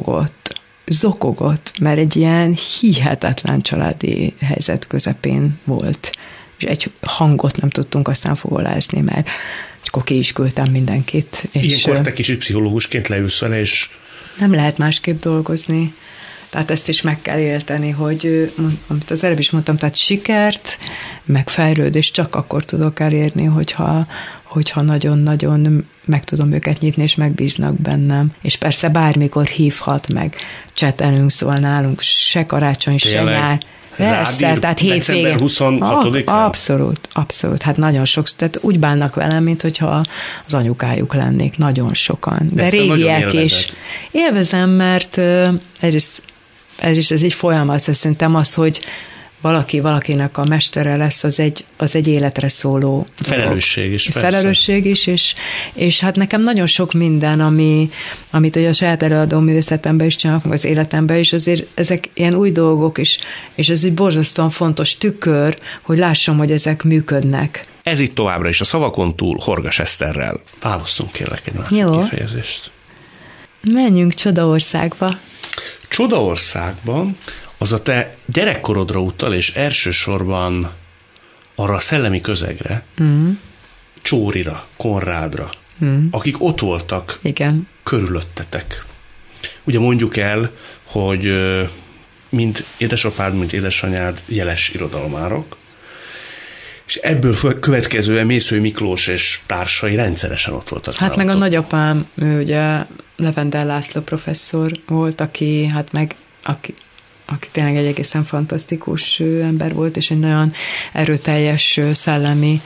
zokogott, mert egy ilyen hihetetlen családi helyzet közepén volt. És egy hangot nem tudtunk aztán fogolázni, mert akkor ki is küldtem mindenkit. Ilyenkor te kicsit pszichológusként leülsz vele, és... Nem lehet másképp dolgozni. Tehát ezt is meg kell élteni, hogy, amit az előbb is mondtam, tehát sikert, meg fejlődést csak akkor tudok elérni, hogyha nagyon-nagyon meg tudom őket nyitni, és megbíznak bennem. És persze bármikor hívhat meg, csetelünk, szóval nálunk se karácsony, se nyár. Persze, tehát hétvégén. 26-án? Abszolút. Hát nagyon sok, tehát úgy bánnak velem, mint hogyha az anyukájuk lennék, nagyon sokan. De régiek is. Élvezem, mert egyrészt ez egy folyamat, szerintem az, hogy valakinek a mestere lesz, az egy életre szóló felelősség is. Felelősség is, és hát nekem nagyon sok minden, amit ugye a saját előadó művészetemben is csinálok, meg az életemben is, azért ezek ilyen új dolgok is, és ez egy borzasztóan fontos tükör, hogy lássam, hogy ezek működnek. Ez itt továbbra is a Szavakon túl Horgas Eszterrel. Válasszunk kérlek egy másik kifejezést. Menjünk Csodaországba. Csodaországban az a te gyerekkorodra utal, és elsősorban arra a szellemi közegre, Csórira, Konrádra, akik ott voltak körülöttetek. Ugye mondjuk el, hogy mind édesapád, mind édesanyád jeles irodalmárok, és ebből következően Mészői Miklós és társai rendszeresen ott voltak. Hát meg a nagyapám, ő ugye Levendel László professzor volt, aki tényleg egy egészen fantasztikus ember volt, és egy nagyon erőteljes szellemi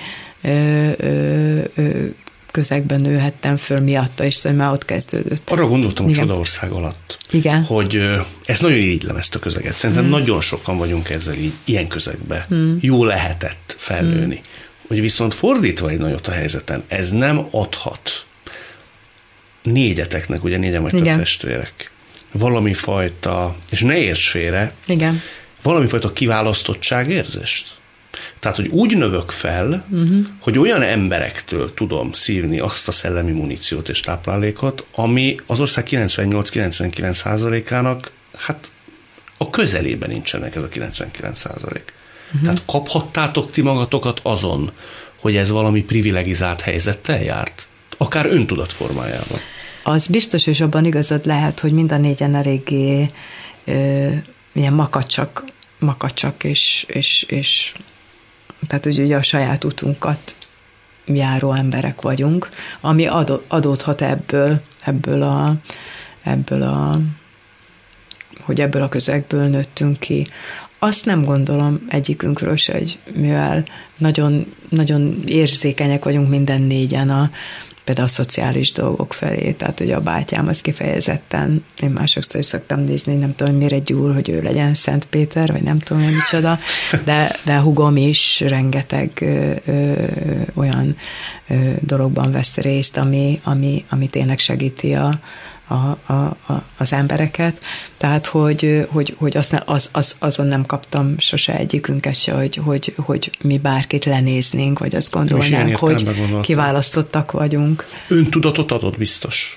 közegben nőhettem föl miatta, és szóval már ott kezdődött. Arra gondoltam a Csodaország alatt, hogy ez nagyon irigylem ezt a közeget. Szerintem nagyon sokan vagyunk ezzel így, ilyen közegbe. Jó lehetett felnőni. Hogy viszont fordítva egy nagyot a helyzeten, ez nem adhat négyeteknek, ugye négyen vagytok testvérek, valami fajta, és ne érts félre, valami fajta kiválasztottságérzést. Tehát, hogy úgy növök fel, hogy olyan emberektől tudom szívni azt a szellemi muníciót és táplálékot, ami az ország 98-99%-ának hát a közelében nincsenek ez a 99%. Tehát kaphattátok ti magatokat azon, hogy ez valami privilegizált helyzettel járt? Akár öntudat formájában. Az biztos, és abban igazad lehet, hogy mind a négyen eléggé ilyen makacsak és tehát ugye a saját utunkat járó emberek vagyunk, ami adódhat ebből a közegből nőttünk ki. Azt nem gondolom egyikünkről se, hogy mivel nagyon, nagyon érzékenyek vagyunk minden négyen például a szociális dolgok felé, tehát ugye a bátyám az kifejezetten, én már sokszor is szoktam nézni, nem tudom, mire gyúr, hogy ő legyen Szent Péter, vagy nem tudom, hogy micsoda, de hugom is rengeteg olyan dologban vesz részt, ami tényleg segíti az embereket, tehát hogy azon nem kaptam sose egyikünket se, hogy mi bárkit lenéznénk, vagy azt gondolnánk, hogy kiválasztottak vagyunk. Öntudatot adott biztos?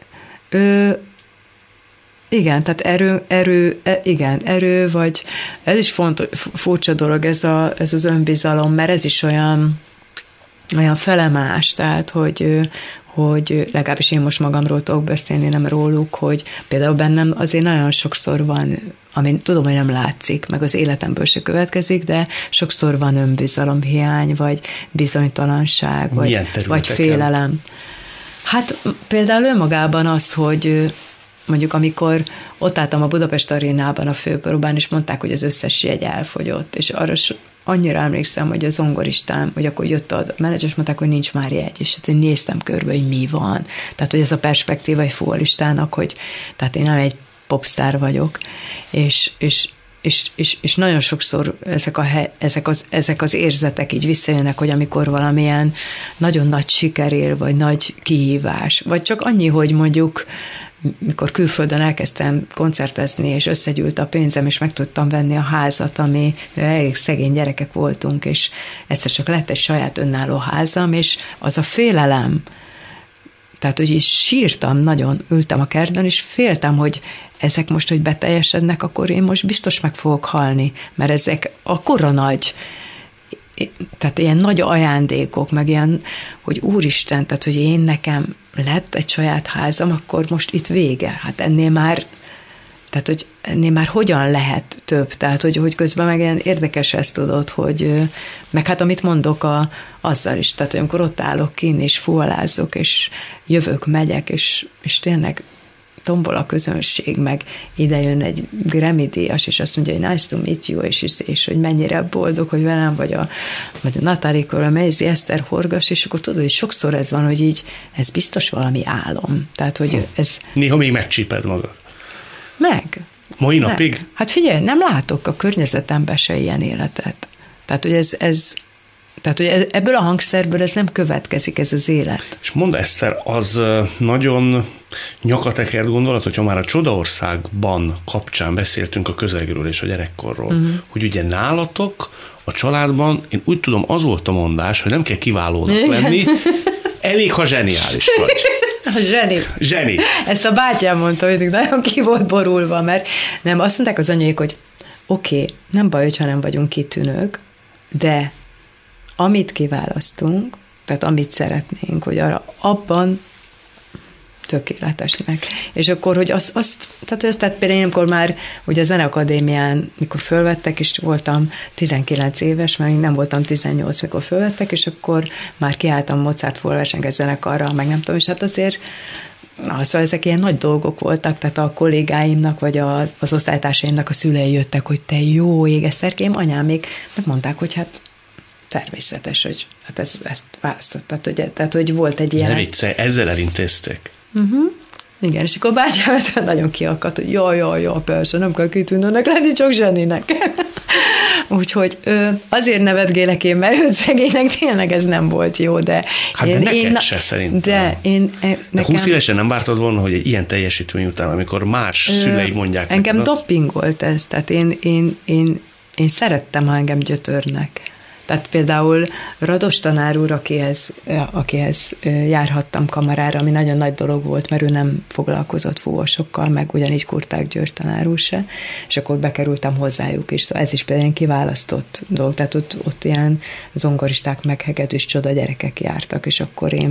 Igen, tehát erő, vagy ez is fontos, furcsa dolog ez az önbizalom, mert ez is olyan felemás, tehát hogy legalábbis én most magamról tudok beszélni, nem róluk, hogy például bennem azért nagyon sokszor van, ami tudom, hogy nem látszik, meg az életemből se következik, de sokszor van önbizalomhiány, vagy bizonytalanság, vagy félelem. Hát például önmagában az, hogy mondjuk amikor ott álltam a Budapest Arénában a főpróbán, és mondták, hogy az összes jegy elfogyott, és arra annyira emlékszem, hogy a zongoristám, hogy akkor jött a menedzser, és mondták, hogy nincs már jegy, és hát én néztem körbe, hogy mi van. Tehát, hogy ez a perspektíva egy futballistának, hogy tehát én nem egy popstar vagyok, és nagyon sokszor ezek az érzetek így visszajönnek, hogy amikor valamilyen nagyon nagy siker ér, vagy nagy kihívás, vagy csak annyi, hogy mondjuk mikor külföldön elkezdtem koncertezni, és összegyűlt a pénzem, és meg tudtam venni a házat, ami elég szegény gyerekek voltunk, és egyszer csak lett egy saját önálló házam, és az a félelem, tehát, hogy is sírtam nagyon, ültem a kertben, és féltem, hogy ezek most, hogy beteljesednek, akkor én most biztos meg fogok halni, mert ezek akkora nagy, tehát ilyen nagy ajándékok, meg ilyen, hogy úristen, tehát, hogy én nekem lett egy saját házam, akkor most itt vége. Hát ennél már hogyan lehet több? Tehát, hogy közben meg ilyen érdekes ezt tudod, hogy meg hát amit mondok azzal is, tehát amikor ott állok kint, és fuvalázok, és jövök, megyek, és tényleg tombol a közönség, meg ide jön egy Grammy-díjas, és azt mondja, hogy nice to meet you, és hogy mennyire boldog, hogy velem vagy a Natalie Cole, Maisie, Eszter, Horgas, és akkor tudod, hogy sokszor ez van, hogy így, ez biztos valami álom. Tehát, hogy ez... Néha még megcsíped magad. Meg. Mai napig? Hát figyelj, nem látok a környezetemben se ilyen életet. Tehát, hogy tehát, hogy ebből a hangszerből ez nem következik, ez az élet. És mondd, Eszter, az nagyon nyakatekert gondolat, hogyha már a Csodaországban kapcsán beszéltünk a közegről és a gyerekkorról, hogy ugye nálatok a családban, én úgy tudom, az volt a mondás, hogy nem kell kiválónak lenni, elég, ha zseniális vagy. A zseni. Ezt a bátyám mondta, hogy nagyon ki volt borulva, mert nem, azt mondták az anyék, hogy oké, nem baj, hogyha nem vagyunk kitűnők, de amit kiválasztunk, tehát amit szeretnénk, hogy abban tökéletesnek. És akkor, hogy tehát például amikor már ugye a Zeneakadémián, mikor fölvettek, és voltam 19 éves, mert még nem voltam 18, mikor fölvettek, és akkor már kiálltam Mozart Fölversenges zenekarra, meg nem tudom, és hát azért szóval ezek ilyen nagy dolgok voltak, tehát a kollégáimnak, vagy az osztálytársaimnak a szülei jöttek, hogy te jó ég, Eszterkém, anyám még megmondták, hogy hát természetes, hogy hát ezt választott, tehát hogy volt egy ilyen... Ne viccelj, ezzel elintézték. Igen, és akkor bátyám nagyon kiakadt, hogy ja, persze, nem kell kitűnőnek lenni, csak zseninek. Úgyhogy azért nevetgélek én, mert őt szegénynek tényleg ez nem volt jó, de... Hát de neked se szerintem. De 20 évesen nem vártad volna, hogy egy ilyen teljesítmény után, amikor más szülei mondják... Engem dopingolt ez, tehát én szerettem, ha engem gyötörnek. Tehát például Rados tanár úr, akihez járhattam kamarára, ami nagyon nagy dolog volt, mert ő nem foglalkozott fúvosokkal, meg ugyanígy Kurták György tanár úr se, és akkor bekerültem hozzájuk is. Szóval ez is például kiválasztott dolog, tehát ott ilyen zongoristák, meghegedűs csoda gyerekek jártak, és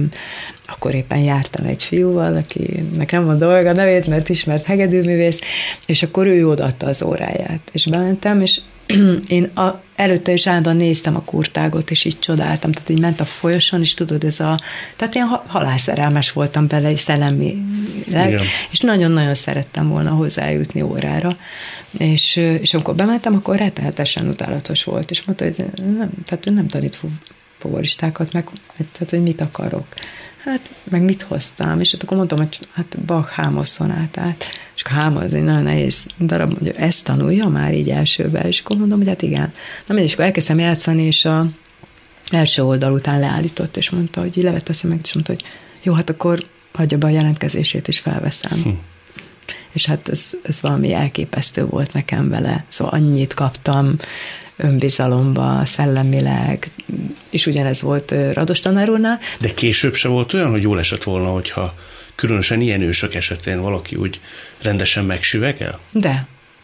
akkor éppen jártam egy fiúval, akinek nem mondom meg a nevét, mert ismert hegedűművész, és akkor ő odaadta az óráját, és bementem, és én előtte is állandóan néztem a kurtágot, és így csodáltam, tehát így ment a folyoson, és tudod, tehát ilyen halálszerelmes voltam bele, és szellemileg, és nagyon-nagyon szerettem volna hozzájutni órára, és amikor bementem, akkor rettenetesen utálatos volt, és mondta, hogy tehát ő nem tanít fuvoristákat, meg tehát, hogy mit akarok. Hát, meg mit hoztam, és akkor mondtam, hogy hát Bach Hámos szonátát, és akkor Hámos egy nagyon nehéz darab, hogy ezt tanulja már így elsőben, és akkor mondom, hogy hát igen. Na mindegy, és akkor elkezdtem játszani, és az első oldal után leállított, és mondta, hogy így levette a szemeket, és mondta, hogy jó, hát akkor hagyja be a jelentkezését, és felveszem. És hát ez valami elképesztő volt nekem vele, szóval annyit kaptam önbizalomba, szellemileg, és ugyanez volt Rados tanár úrnál. De később se volt olyan, hogy jól esett volna, hogyha különösen ilyen ősök esetén valaki úgy rendesen megsüvegel? De.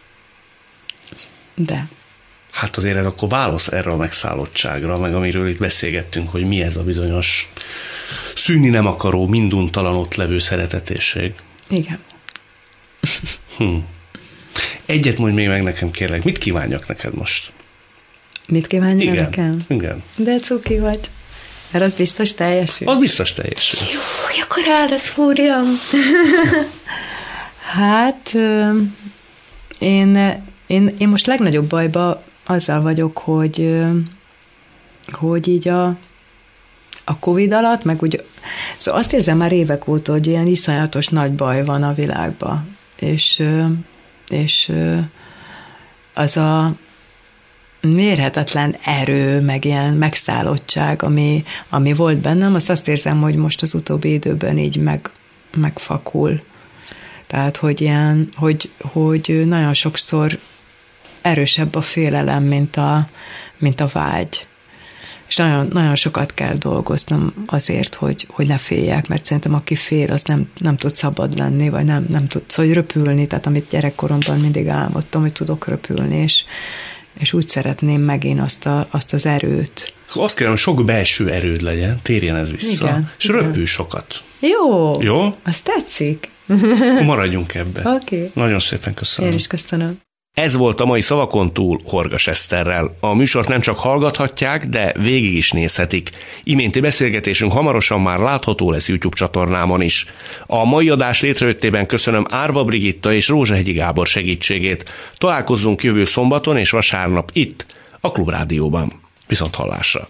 Hát azért ez akkor válasz erre a megszállottságra, meg amiről itt beszélgettünk, hogy mi ez a bizonyos szűnni nem akaró, minduntalan ott levő szeretetésség. Igen. Egyet mondj még meg nekem, kérlek, mit kívánjak neked most? Mit kívánjak nekem? Igen. De cuki vagy. Mert az biztos teljesül. Az biztos teljesül. Jó, akkor állat fúrjam. Hát, én most legnagyobb bajba azzal vagyok, hogy így a Covid alatt, meg úgy, szóval azt érzem már évek óta, hogy ilyen iszonyatos nagy baj van a világban. És az a mérhetetlen erő, meg ilyen megszállottság, ami volt bennem, azt érzem, hogy most az utóbbi időben így megfakul. Tehát, hogy nagyon sokszor erősebb a félelem, mint a vágy. És nagyon, nagyon sokat kell dolgoznom azért, hogy ne féljek, mert szerintem aki fél, az nem tud szabad lenni, vagy nem tud szóval röpülni, tehát amit gyerekkoromban mindig álmodtam, hogy tudok röpülni, és úgy szeretném megint azt az erőt. Azt kérem, hogy sok belső erőd legyen, térjen ez vissza, igen, és röpülj sokat. Jó? Azt tetszik. Maradjunk ebbe. Okay. Nagyon szépen köszönöm. Én is köszönöm. Ez volt a mai Szavakon túl Horgas Eszterrel. A műsort nem csak hallgathatják, de végig is nézhetik. Iménti beszélgetésünk hamarosan már látható lesz YouTube csatornámon is. A mai adás létrejöttében köszönöm Árva Brigitta és Rózsahegyi Gábor segítségét. Találkozzunk jövő szombaton és vasárnap itt, a Klubrádióban. Viszonthallásra!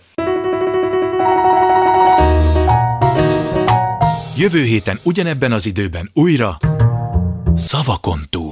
Jövő héten ugyanebben az időben újra Szavakon túl.